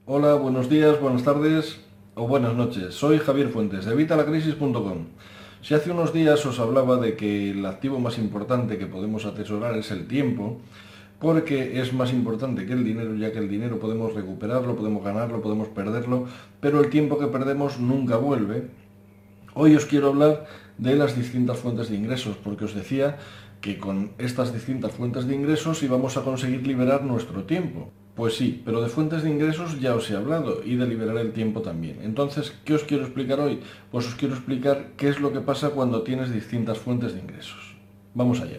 Hola, buenos días, buenas tardes o buenas noches. Soy Javier Fuentes de Evitalacrisis.com. Si hace unos días os hablaba de que el activo más importante que podemos atesorar es el tiempo, porque es más importante que el dinero, ya que el dinero podemos recuperarlo, podemos ganarlo, podemos perderlo, pero el tiempo que perdemos nunca vuelve. Hoy os quiero hablar de las distintas fuentes de ingresos, porque os decía que con estas distintas fuentes de ingresos íbamos a conseguir liberar nuestro tiempo. Pues sí, pero de fuentes de ingresos ya os he hablado y de liberar el tiempo también. Entonces, ¿qué os quiero explicar hoy? Pues os quiero explicar qué es lo que pasa cuando tienes distintas fuentes de ingresos. Vamos allá.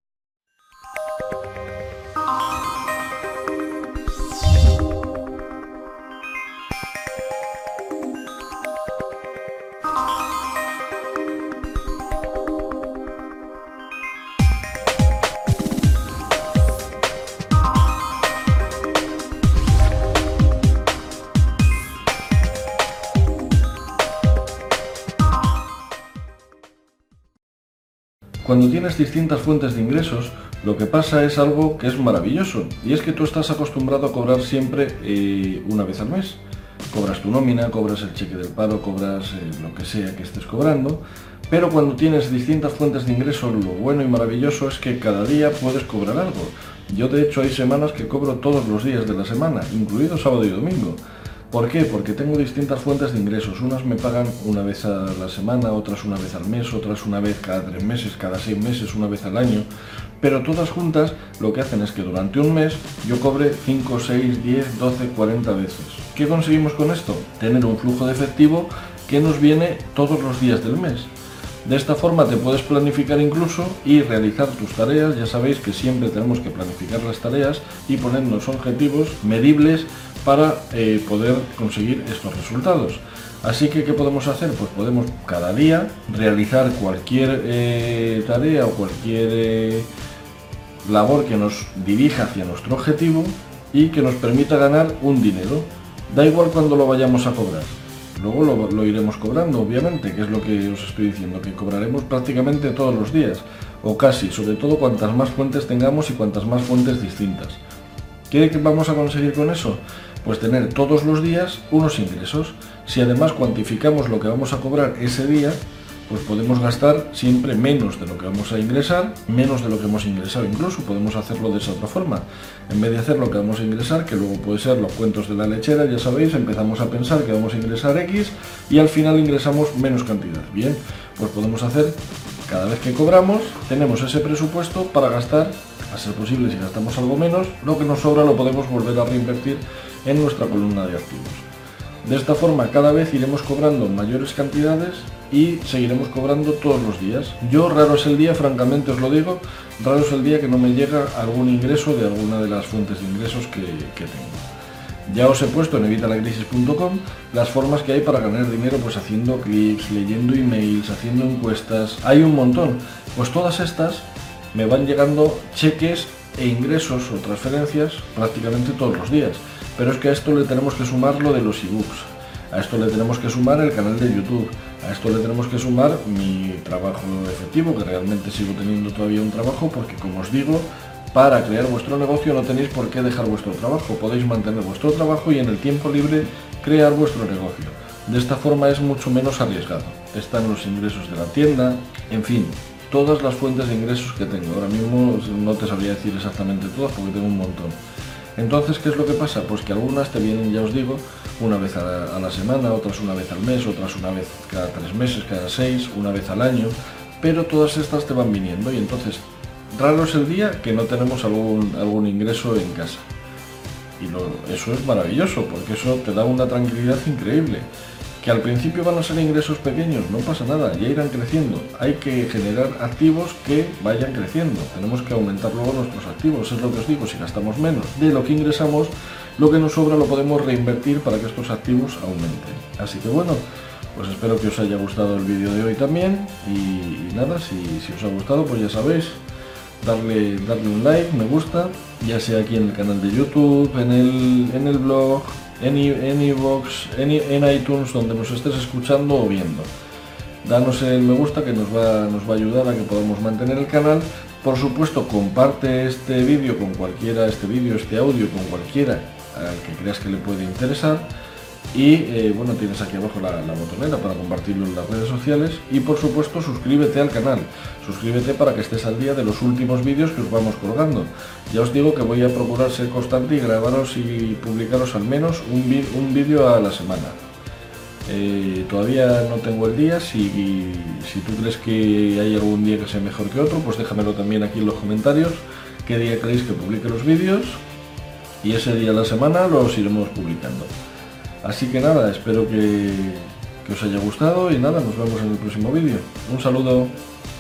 Cuando tienes distintas fuentes de ingresos, lo que pasa es algo que es maravilloso, y es que tú estás acostumbrado a cobrar siempre una vez al mes. Cobras tu nómina, cobras el cheque del paro, cobras lo que sea que estés cobrando, pero cuando tienes distintas fuentes de ingresos, lo bueno y maravilloso es que cada día puedes cobrar algo. Yo de hecho hay semanas que cobro todos los días de la semana, incluido sábado y domingo. ¿Por qué? Porque tengo distintas fuentes de ingresos. Unas me pagan una vez a la semana, otras una vez al mes, otras una vez cada 3 meses, cada 6 meses, una vez al año. Pero todas juntas lo que hacen es que durante un mes yo cobre 5, 6, 10, 12, 40 veces. ¿Qué conseguimos con esto? Tener un flujo de efectivo que nos viene todos los días del mes. De esta forma te puedes planificar incluso y realizar tus tareas. Ya sabéis que siempre tenemos que planificar las tareas y ponernos objetivos medibles para poder conseguir estos resultados. Así que, ¿qué podemos hacer? Pues podemos cada día realizar cualquier tarea o cualquier labor que nos dirija hacia nuestro objetivo y que nos permita ganar un dinero. Da igual cuando lo vayamos a cobrar. Luego lo iremos cobrando, obviamente, que es lo que os estoy diciendo, que cobraremos prácticamente todos los días, o casi, sobre todo cuantas más fuentes tengamos y cuantas más fuentes distintas. ¿Qué vamos a conseguir con eso? Pues tener todos los días unos ingresos. Si además cuantificamos lo que vamos a cobrar ese día, pues podemos gastar siempre menos de lo que vamos a ingresar, menos de lo que hemos ingresado. Incluso podemos hacerlo de esa otra forma. En vez de hacer lo que vamos a ingresar, que luego puede ser los cuentos de la lechera, ya sabéis, empezamos a pensar que vamos a ingresar X y al final ingresamos menos cantidad. Bien, pues podemos hacer, cada vez que cobramos, tenemos ese presupuesto para gastar, a ser posible si gastamos algo menos, lo que nos sobra lo podemos volver a reinvertir en nuestra columna de activos. De esta forma cada vez iremos cobrando mayores cantidades y seguiremos cobrando todos los días. Yo raro es el día, francamente os lo digo, raro es el día que no me llega algún ingreso de alguna de las fuentes de ingresos que tengo. Ya os he puesto en Evitalacrisis.com las formas que hay para ganar dinero, pues haciendo clics, leyendo emails, haciendo encuestas, hay un montón. Pues todas estas me van llegando cheques e ingresos o transferencias prácticamente todos los días. Pero es que a esto le tenemos que sumar lo de los ebooks, a esto le tenemos que sumar el canal de YouTube, a esto le tenemos que sumar mi trabajo efectivo, que realmente sigo teniendo todavía un trabajo, porque como os digo, para crear vuestro negocio no tenéis por qué dejar vuestro trabajo, podéis mantener vuestro trabajo y en el tiempo libre crear vuestro negocio. De esta forma es mucho menos arriesgado. Están los ingresos de la tienda, en fin, todas las fuentes de ingresos que tengo. Ahora mismo no te sabría decir exactamente todas porque tengo un montón. Entonces, ¿qué es lo que pasa? Pues que algunas te vienen, ya os digo, una vez a la semana, otras una vez al mes, otras una vez cada 3 meses, cada 6, una vez al año, pero todas estas te van viniendo y entonces raro es el día que no tenemos algún ingreso en casa. Y eso es maravilloso, porque eso te da una tranquilidad increíble. Que al principio van a ser ingresos pequeños, no pasa nada, ya irán creciendo. Hay que generar activos que vayan creciendo. Tenemos que aumentar luego nuestros activos, es lo que os digo, si gastamos menos de lo que ingresamos, lo que nos sobra lo podemos reinvertir para que estos activos aumenten. Así que bueno, pues espero que os haya gustado el vídeo de hoy también. Y nada, si os ha gustado, pues ya sabéis, darle un like, me gusta, ya sea aquí en el canal de YouTube, en el blog, en iVoox, en iTunes, donde nos estés escuchando o viendo. Danos el me gusta, que nos va a ayudar a que podamos mantener el canal. Por supuesto, comparte este vídeo con cualquiera, este audio con cualquiera al que creas que le puede interesar. Y bueno, tienes aquí abajo la botonera para compartirlo en las redes sociales. Y por supuesto, suscríbete al canal. Suscríbete para que estés al día de los últimos vídeos que os vamos colgando. Ya os digo que voy a procurar ser constante y grabaros y publicaros al menos un vídeo a la semana. Todavía no tengo el día. Si tú crees que hay algún día que sea mejor que otro, pues déjamelo también aquí en los comentarios. ¿Qué día queréis que publique los vídeos? Y ese día a la semana los iremos publicando. Así que nada, espero que os haya gustado y nada, nos vemos en el próximo vídeo. Un saludo.